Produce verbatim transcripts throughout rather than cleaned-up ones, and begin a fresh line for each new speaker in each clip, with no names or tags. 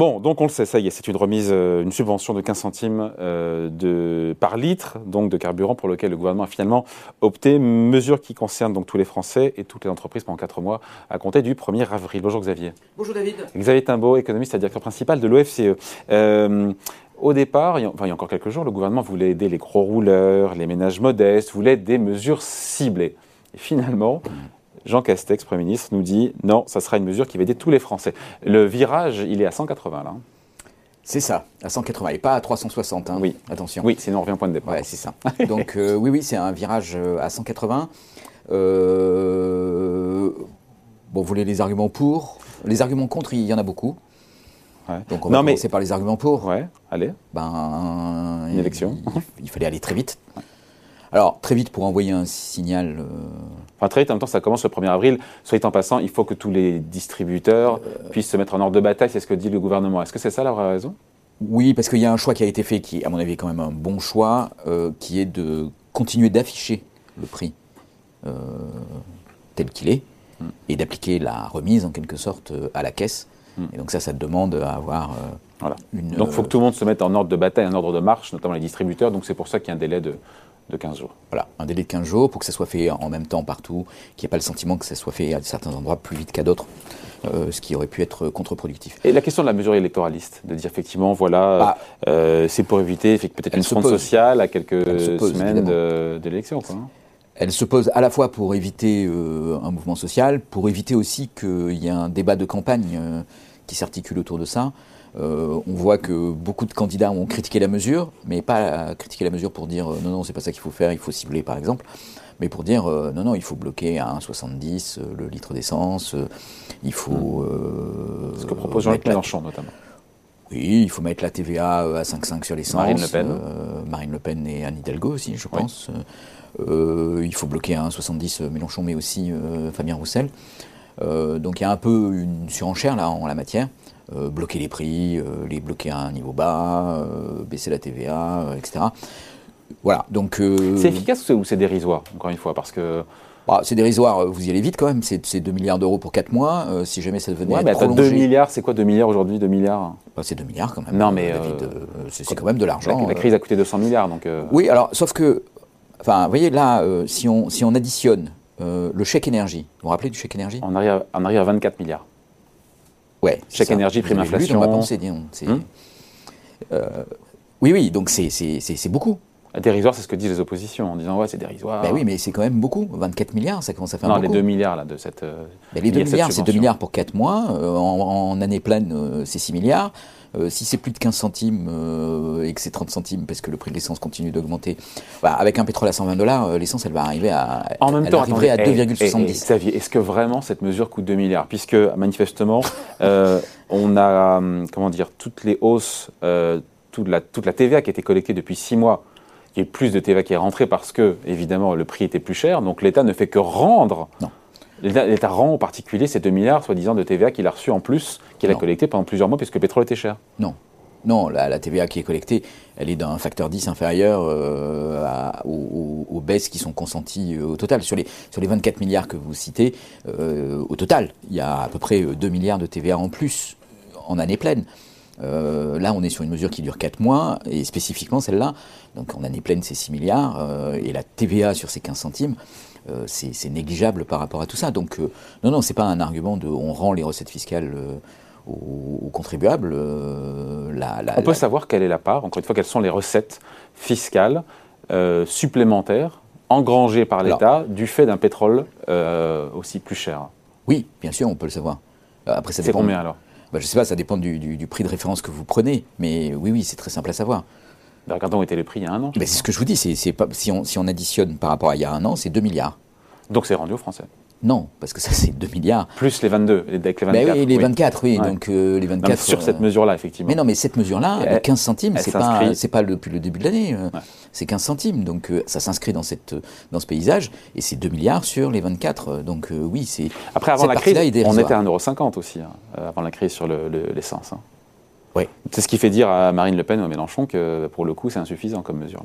Bon, donc on le sait, ça y est, c'est une remise, euh, une subvention de quinze centimes euh, de, par litre donc de carburant pour lequel le gouvernement a finalement opté. Mesure qui concerne donc tous les Français et toutes les entreprises pendant quatre mois à compter du premier avril. Bonjour Xavier.
Bonjour David.
Xavier Timbaud, économiste et directeur principal de l'O F C E. Euh, au départ, il y, a, enfin, il y a encore quelques jours, le gouvernement voulait aider les gros rouleurs, les ménages modestes, voulait des mesures ciblées. Et finalement, Jean Castex, Premier ministre, nous dit non, ça sera une mesure qui va aider tous les Français. Le virage, il est à cent quatre-vingts là.
C'est ça, à cent quatre-vingts et pas à trois cent soixante. Hein.
Oui,
attention.
Oui, sinon on revient au point de départ.
Ouais, c'est ça. Donc euh, oui, oui, c'est un virage à cent quatre-vingts. Euh... Bon, vous voulez les arguments pour? Les arguments contre, il y en a beaucoup.
Ouais.
Donc on va
non,
commencer
mais...
par les arguments pour.
Ouais, allez.
Ben,
une élection.
Il, il fallait aller très vite. Alors, très vite pour envoyer un signal... Euh...
Enfin, très vite, en même temps, ça commence le premier avril. Soit en passant, il faut que tous les distributeurs euh... puissent se mettre en ordre de bataille, c'est ce que dit le gouvernement. Est-ce que c'est ça la vraie raison?
Oui, parce qu'il y a un choix qui a été fait, qui, à mon avis, est quand même un bon choix, euh, qui est de continuer d'afficher le prix euh, tel qu'il est, mm. et d'appliquer la remise, en quelque sorte, euh, à la caisse. Mm. Et donc ça, ça demande à avoir euh,
voilà.
une...
Donc il faut que tout le monde se mette en ordre de bataille, en ordre de marche, notamment les distributeurs. Donc c'est pour ça qu'il y a un délai de... de quinze jours.
Voilà, un délai de quinze jours pour que ça soit fait en même temps partout, qu'il n'y ait pas le sentiment que ça soit fait à certains endroits plus vite qu'à d'autres, euh, ce qui aurait pu être contre-productif.
Et la question de la mesure électoraliste, de dire effectivement, voilà, bah, euh, c'est pour éviter peut-être une fronde sociale à quelques pose, semaines de, de l'élection, quoi.
Elle se pose à la fois pour éviter euh, un mouvement social, pour éviter aussi qu'il y ait un débat de campagne euh, qui s'articule autour de ça. Euh, on voit que beaucoup de candidats ont critiqué la mesure, mais pas critiquer la mesure pour dire euh, non, non, c'est pas ça qu'il faut faire, il faut cibler par exemple, mais pour dire euh, non, non, il faut bloquer à un virgule soixante-dix euh, le litre d'essence, euh, il faut.
Euh, ce que propose Jean-Luc Mélenchon la... notamment.
Oui, il faut mettre la T V A à cinq virgule cinq sur l'essence.
Marine Le Pen.
Euh, Marine Le Pen et Anne Hidalgo aussi, je pense. Oui. Euh, il faut bloquer à un virgule soixante-dix Mélenchon, mais aussi euh, Fabien Roussel. Euh, donc il y a un peu une surenchère là en la matière. Euh, bloquer les prix, euh, les bloquer à un niveau bas, euh, baisser la T V A, euh, et cetera. Voilà, donc... Euh,
c'est efficace ou c'est dérisoire, encore une fois, parce que...
Bah, c'est dérisoire, vous y allez vite quand même, c'est, c'est deux milliards d'euros pour quatre mois, euh, si jamais ça devenait
ouais,
être
mais
prolongé...
deux milliards, c'est quoi deux milliards aujourd'hui, deux milliards
bah, c'est deux milliards quand même.
Non, mais...
David,
euh,
euh, c'est, c'est quand même de l'argent.
La, la crise a coûté deux cents milliards, donc... Euh...
Oui, alors, sauf que... Enfin, vous voyez, là, euh, si, on, si on additionne euh, le chèque énergie, vous vous rappelez du chèque énergie?
On arrive, on arrive à vingt-quatre milliards.
Ouais,
chèque énergie, prime inflation.
On va penser, disons. C'est, hum euh, oui, oui, donc c'est, c'est, c'est, c'est beaucoup.
Dérisoire, c'est ce que disent les oppositions, en disant ouais, c'est dérisoire.
Ben oui, mais c'est quand même beaucoup. vingt-quatre milliards, ça commence à faire
non,
beaucoup.
Non, les deux milliards là, de cette. Euh,
ben les deux milliards, c'est deux milliards pour quatre mois. Euh, en, en année pleine, euh, c'est six milliards. Euh, si c'est plus de quinze centimes euh, et que c'est trente centimes parce que le prix de l'essence continue d'augmenter, bah, avec un pétrole à cent vingt dollars, euh, l'essence elle va arriver à,
en même
elle
temps,
arriverait
attendez,
à deux virgule soixante-dix.
Et, et, et, Xavier, est-ce que vraiment cette mesure coûte deux milliards? Puisque manifestement, euh, on a comment dire toutes les hausses, euh, toute, la, toute la T V A qui a été collectée depuis six mois. Il y a eu plus de T V A qui est rentrée parce que, évidemment, le prix était plus cher. Donc l'État ne fait que rendre.
Non.
L'État, L'État rend en particulier ces deux milliards, soi-disant, de T V A qu'il a reçu en plus, qu'il non. a collecté pendant plusieurs mois puisque le pétrole était cher.
Non. Non, la, la T V A qui est collectée, elle est d'un facteur dix inférieur euh, à, aux, aux baisses qui sont consenties euh, au total. Sur les, sur les vingt-quatre milliards que vous citez, euh, au total, il y a à peu près deux milliards de T V A en plus en année pleine. Euh, là, on est sur une mesure qui dure quatre mois, et spécifiquement celle-là, donc en année pleine, c'est six milliards, euh, et la T V A sur ces quinze centimes, euh, c'est, c'est négligeable par rapport à tout ça. Donc, euh, non, non, c'est pas un argument de on rend les recettes fiscales euh, aux, aux contribuables. Euh, la, la,
on peut
la...
savoir quelle est la part, encore une fois, quelles sont les recettes fiscales euh, supplémentaires engrangées par l'État Alors, du fait d'un pétrole euh, aussi plus cher.
Oui, bien sûr, on peut le savoir. Après, ça
c'est
dépend.
combien alors?
Ben, je ne sais pas, ça dépend du, du, du prix de référence que vous prenez, mais oui, oui, c'est très simple à savoir.
Ben, regardons où était le prix il y a un an.
Ben, c'est ce que je vous dis, c'est, c'est pas, si, on, si on additionne par rapport à il y a un an, c'est deux milliards.
Donc c'est rendu aux Français?
Non, parce que ça c'est deux milliards.
Plus les vingt-deux, avec les vingt-quatre.
Ben oui, les vingt-quatre, oui, oui. Donc euh, les vingt-quatre...
Non, sur euh... cette mesure-là, effectivement.
Mais non, mais cette mesure-là, de quinze centimes, c'est pas, c'est pas depuis le début de l'année,
ouais.
C'est quinze centimes, donc euh, ça s'inscrit dans, cette, dans ce paysage, et c'est deux milliards sur les vingt-quatre, donc euh, oui, c'est...
Après, avant la crise, on était à un euro cinquante aussi, hein, avant la crise sur le, le, l'essence. Hein.
Oui.
C'est ce qui fait dire à Marine Le Pen ou à Mélenchon que, pour le coup, c'est insuffisant comme mesure, là.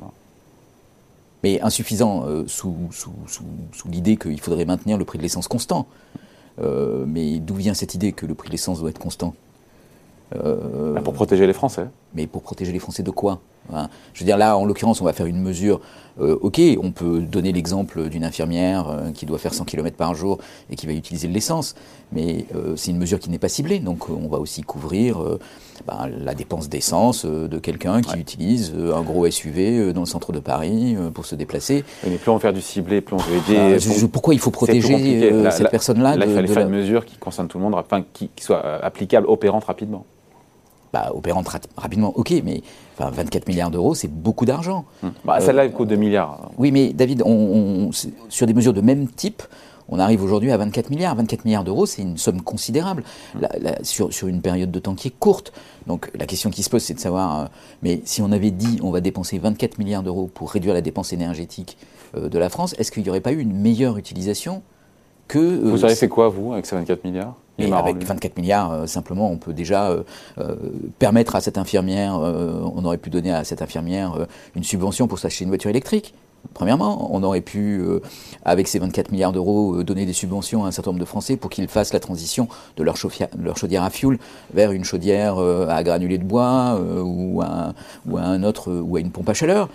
Mais insuffisant euh, sous, sous, sous, sous l'idée qu'il faudrait maintenir le prix de l'essence constant. Euh, mais d'où vient cette idée que le prix de l'essence doit être constant? Euh,
bah pour protéger les Français.
Mais pour protéger les Français de quoi, hein? Je veux dire, là, en l'occurrence, on va faire une mesure. Euh, ok, on peut donner l'exemple d'une infirmière euh, qui doit faire cent kilomètres par jour et qui va utiliser de l'essence, mais euh, c'est une mesure qui n'est pas ciblée. Donc, on va aussi couvrir euh, ben, la dépense d'essence euh, de quelqu'un qui ouais. utilise euh, un gros S U V euh, dans le centre de Paris euh, pour se déplacer.
Oui, mais plus on va faire du ciblé, plus on veut aider.
Ah, je, je, pourquoi il faut protéger euh,
là,
cette
là,
personne-là
Là,
de,
il fallait
de
faire
la...
une mesure qui concerne tout le monde, enfin, qui, qui soit euh, applicable, opérante rapidement.
Bah, opérante ra- rapidement, ok, mais enfin, vingt-quatre milliards d'euros, c'est beaucoup d'argent.
Hum. Bah, celle-là, elle coûte deux milliards.
Oui, mais David, on, on, sur des mesures de même type, on arrive aujourd'hui à vingt-quatre milliards. vingt-quatre milliards d'euros, c'est une somme considérable hum. la, la, sur, sur une période de temps qui est courte. Donc la question qui se pose, c'est de savoir, euh, mais si on avait dit on va dépenser vingt-quatre milliards d'euros pour réduire la dépense énergétique euh, de la France, est-ce qu'il n'y aurait pas eu une meilleure utilisation que... Euh,
vous auriez fait quoi, vous, avec ces vingt-quatre milliards?
Et avec vingt-quatre milliards, euh, simplement, on peut déjà euh, euh, permettre à cette infirmière, euh, on aurait pu donner à cette infirmière euh, une subvention pour s'acheter une voiture électrique. Premièrement, on aurait pu, euh, avec ces vingt-quatre milliards d'euros, euh, donner des subventions à un certain nombre de Français pour qu'ils fassent la transition de leur, chauffia- leur chaudière à fioul vers une chaudière euh, à granulés de bois euh, ou, à, ou à un autre, ou à une pompe à chaleur.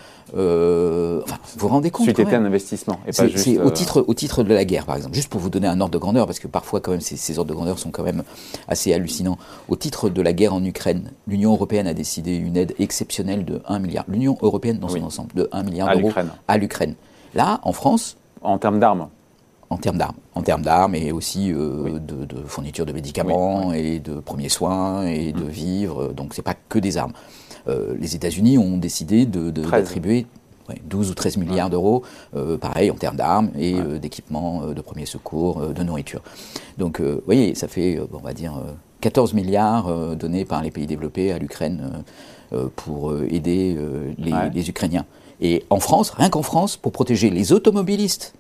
Euh, enfin, vous vous rendez compte?
C'était un investissement. Et pas
c'est,
juste,
c'est
euh...
au, titre, au titre de la guerre, par exemple, juste pour vous donner un ordre de grandeur, parce que parfois, quand même, ces, ces ordres de grandeur sont quand même assez hallucinants. Au titre de la guerre en Ukraine, l'Union européenne a décidé une aide exceptionnelle de un milliard. L'Union européenne dans son oui. ensemble, de un milliard
à
d'euros
l'Ukraine.
à l'Ukraine. Là, en France...
En termes d'armes.
En termes d'armes. En termes d'armes et aussi euh, oui. de, de fourniture de médicaments oui, oui. et de premiers soins et de mmh. vivres. Donc, c'est pas que des armes. Euh, les États-Unis ont décidé de, de, d'attribuer ouais, douze ou treize milliards ouais. d'euros, euh, pareil, en termes d'armes et ouais. euh, d'équipements, euh, de premiers secours, euh, de nourriture. Donc, euh, vous voyez, ça fait, euh, on va dire, euh, quatorze milliards euh, donnés par les pays développés à l'Ukraine euh, pour euh, aider euh, les, ouais. les Ukrainiens. Et en France, rien qu'en France, pour protéger les automobilistes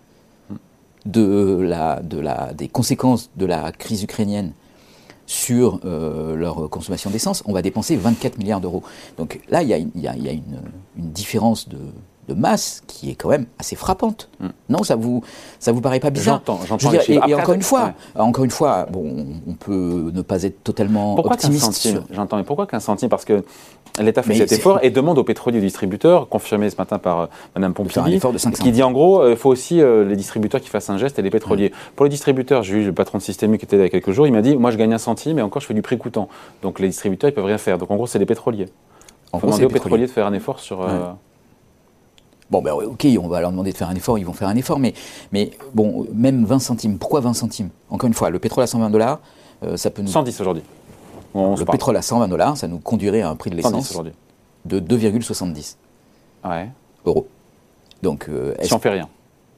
de la, de la, des conséquences de la crise ukrainienne sur euh, leur consommation d'essence, on va dépenser vingt-quatre milliards d'euros. Donc là, il y a, y a, y a une, une différence de, de masse qui est quand même assez frappante. Mm. Non, ça vous, ça vous paraît pas bizarre?
J'entends, j'entends
dire,
les
et,
Après,
et encore une fois,
ouais.
encore une fois, bon, on peut ne pas être totalement
pourquoi
optimiste.
quinze centimes
sur...
J'entends, mais pourquoi quinze centimes? Parce que l'État fait mais cet c'est... effort et demande aux pétroliers distributeurs, confirmé ce matin par euh, Mme Pompili, qui dit en gros, il euh, faut aussi euh, les distributeurs qui fassent un geste et les pétroliers. Mm. Pour les distributeurs, j'ai eu le patron de Système U qui était là il y a quelques jours, il m'a dit, moi je gagne un centime et encore je fais du prix coûtant. Donc les distributeurs, ils peuvent rien faire. Donc en gros, c'est les pétroliers. Il faut demander aux pétroliers de faire un effort sur... Euh, ouais.
Bon, ben ok, on va leur demander de faire un effort, ils vont faire un effort, mais, mais bon, même vingt centimes. Pourquoi vingt centimes? Encore une fois, le pétrole à cent vingt dollars, euh, ça peut nous...
cent dix aujourd'hui.
On le pétrole à cent vingt dollars, ça nous conduirait à un prix de l'essence de deux virgule soixante-dix
ouais.
euros. Donc, euh,
si on fait rien.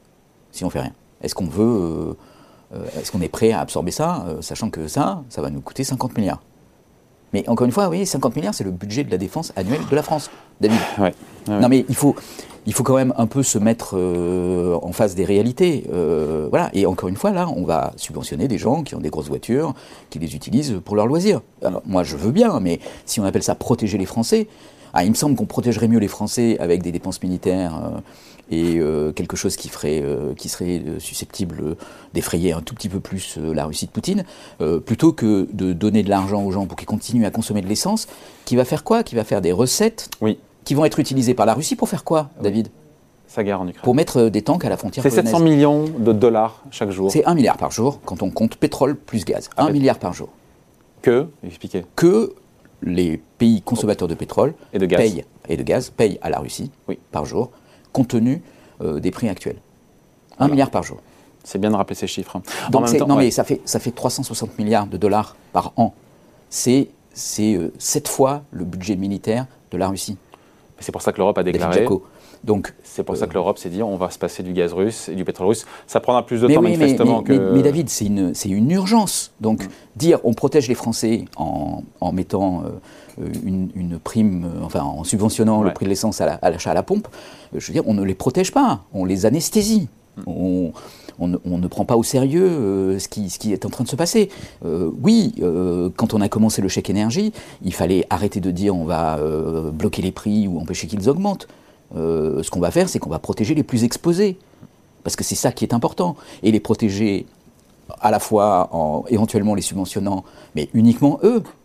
Si on fait rien. Est-ce qu'on veut... Euh, est-ce qu'on est prêt à absorber ça, euh, sachant que ça, ça va nous coûter cinquante milliards? Mais encore une fois, vous voyez, cinquante milliards, c'est le budget de la défense annuelle de la France, David.
Ouais. Ouais.
Non, mais il faut... Il faut quand même un peu se mettre euh, en face des réalités. Euh, voilà. Et encore une fois, là, on va subventionner des gens qui ont des grosses voitures, qui les utilisent pour leurs loisirs. Alors, moi, je veux bien, mais si on appelle ça protéger les Français, ah, il me semble qu'on protégerait mieux les Français avec des dépenses militaires euh, et euh, quelque chose qui, ferait, euh, qui serait susceptible d'effrayer un tout petit peu plus euh, la Russie de Poutine, euh, plutôt que de donner de l'argent aux gens pour qu'ils continuent à consommer de l'essence, qui va faire quoi? Qui va faire des recettes
oui.
qui vont être utilisés par la Russie pour faire quoi, David?
Sa guerre en Ukraine.
Pour mettre des tanks à la frontière
c'est
polonaise.
sept cents millions de dollars chaque jour.
C'est un milliard par jour quand on compte pétrole plus gaz. un milliard par jour.
Que, expliquez.
Que les pays consommateurs de pétrole
et de gaz,
payent, et de gaz payent à la Russie
oui.
par jour, compte tenu euh, des prix actuels. un voilà. milliard par jour.
C'est bien de rappeler ces chiffres.
Donc
en même temps,
non
ouais.
mais ça fait, ça fait trois cent soixante milliards de dollars par an. C'est, c'est euh, sept fois le budget militaire de la Russie.
C'est pour ça que l'Europe a déclaré.
Donc,
c'est pour euh, ça que l'Europe s'est dit on va se passer du gaz russe et du pétrole russe. Ça prendra plus de
mais
temps
oui,
manifestement
mais, mais,
que.
Mais, mais David, c'est une, c'est une urgence. Donc mmh. dire on protège les Français en, en mettant euh, une, une prime, euh, enfin en subventionnant ouais. le prix de l'essence à, la, à l'achat à la pompe, euh, je veux dire, on ne les protège pas, on les anesthésie. Mmh. On, On ne, on ne prend pas au sérieux euh, ce, qui, ce qui est en train de se passer. Euh, oui, euh, quand on a commencé le chèque énergie, il fallait arrêter de dire on va euh, bloquer les prix ou empêcher qu'ils augmentent. Euh, ce qu'on va faire, c'est qu'on va protéger les plus exposés. Parce que c'est ça qui est important. Et les protéger à la fois en éventuellement les subventionnant, mais uniquement eux.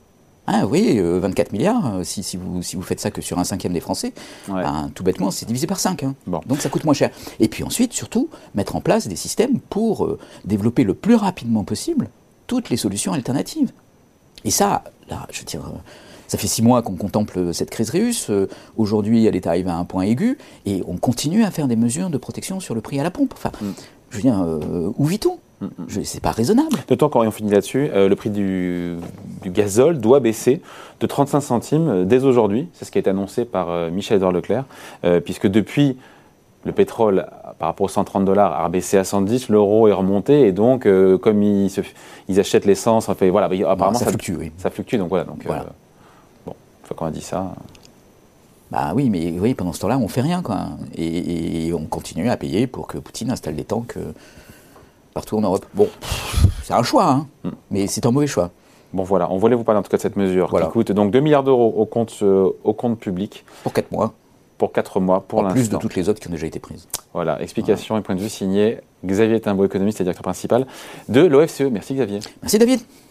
Ah oui, euh, vingt-quatre milliards, euh, si, si, vous, si vous faites ça que sur un cinquième des Français, ouais. ben, tout bêtement, c'est divisé par cinq. Hein. Bon. Donc ça coûte moins cher. Et puis ensuite, surtout, mettre en place des systèmes pour euh, développer le plus rapidement possible toutes les solutions alternatives. Et ça, là, je veux dire, euh, ça fait six mois qu'on contemple cette crise russe. Euh, aujourd'hui, elle est arrivée à un point aigu. Et on continue à faire des mesures de protection sur le prix à la pompe. Enfin, mm. je veux dire, euh, où vit-on ? C'est pas raisonnable.
D'autant quand on finit là-dessus, euh, le prix du, du gazole doit baisser de trente-cinq centimes euh, dès aujourd'hui. C'est ce qui a été annoncé par euh, Michel-Édouard Leclerc, euh, puisque depuis, le pétrole, par rapport aux cent trente dollars, a baissé à cent dix, l'euro est remonté, et donc, euh, comme ils, se, ils achètent l'essence, enfin, voilà, apparemment,
ça,
ça
fluctue, oui.
Ça fluctue, donc voilà. Donc,
voilà.
Euh, bon, une fois qu'on a dit ça...
Bah oui, mais oui, pendant ce temps-là, on fait rien, quoi. Et, et on continue à payer pour que Poutine installe des tanks... Euh, partout en Europe. Bon, c'est un choix, hein, mm. mais c'est un mauvais choix.
Bon voilà, on voulait vous parler en tout cas de cette mesure voilà. qui coûte donc deux milliards d'euros au compte, euh, au compte public.
Pour quatre mois.
Pour quatre mois, pour l'instant.
En plus de toutes les autres qui ont déjà été prises.
Voilà, explication voilà. et point de vue signé Xavier Timbaud, économiste et directeur principal de l'O F C E. Merci Xavier.
Merci David.